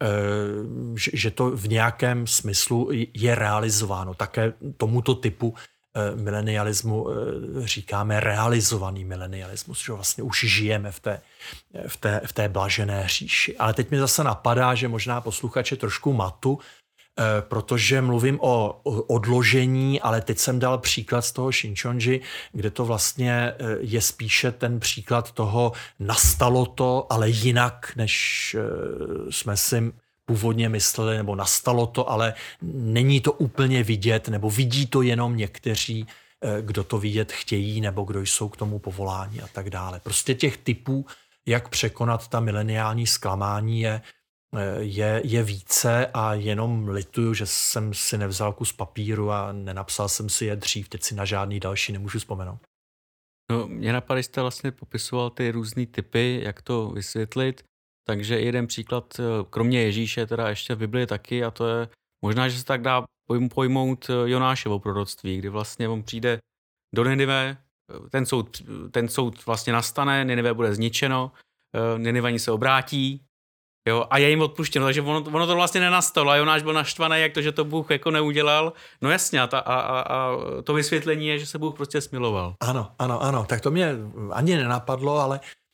že to v nějakém smyslu je realizováno. Také tomuto typu milenialismu říkáme realizovaný milenialismus, že vlastně už žijeme v té, v té, v té blažené říši. Ale teď mi zase napadá, že možná posluchače trošku matu, protože mluvím o odložení, ale teď jsem dal příklad z toho Shincheonji, kde to vlastně je spíše ten příklad toho nastalo to, ale jinak, než jsme si původně mysleli, nebo nastalo to, ale není to úplně vidět, nebo vidí to jenom někteří, kdo to vidět chtějí, nebo kdo jsou k tomu povoláni a tak dále. Prostě těch typů, jak překonat ta mileniální zklamání je Je, je více a jenom lituju, že jsem si nevzal kus papíru a nenapsal jsem si je dřív, teď si na žádný další nemůžu vzpomenout. No, mě napadá, jste vlastně popisoval ty různý typy, jak to vysvětlit, takže jeden příklad, kromě Ježíše, teda ještě v Biblii taky, a to je možná, že se tak dá pojmout Jonášovo proroctví, kdy vlastně on přijde do Ninive, ten soud, ten soud vlastně nastane, Ninive bude zničeno, Ninivani se obrátí, jo, a je jim odpuštěno, takže ono, ono to vlastně nenastalo a Jonáš byl naštvaný, jak to, že to Bůh jako neudělal. No jasně, a, ta, a, a, a to vysvětlení je, že se Bůh prostě smiloval. Ano, ano, ano, tak to mě ani nenapadlo, ale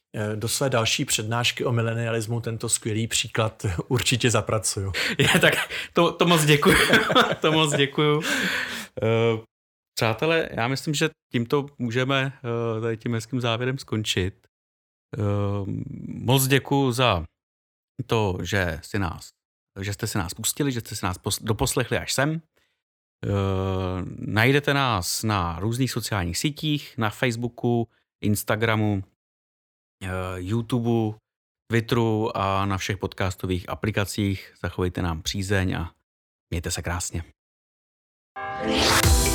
do své další přednášky o milenialismu tento skvělý příklad určitě zapracuju. Je, tak to, to moc děkuju. to moc děkuju. Uh, přátelé, já myslím, že tímto můžeme uh, tady tím hezkým závěrem skončit. Uh, moc děkuju za to, že, si nás, že jste si nás pustili, že jste si nás pos- doposlechli až sem. Uh, najdete nás na různých sociálních sítích, na Facebooku, Instagramu, uh, YouTubeu, Twitteru a na všech podcastových aplikacích. Zachovejte nám přízeň a mějte se krásně.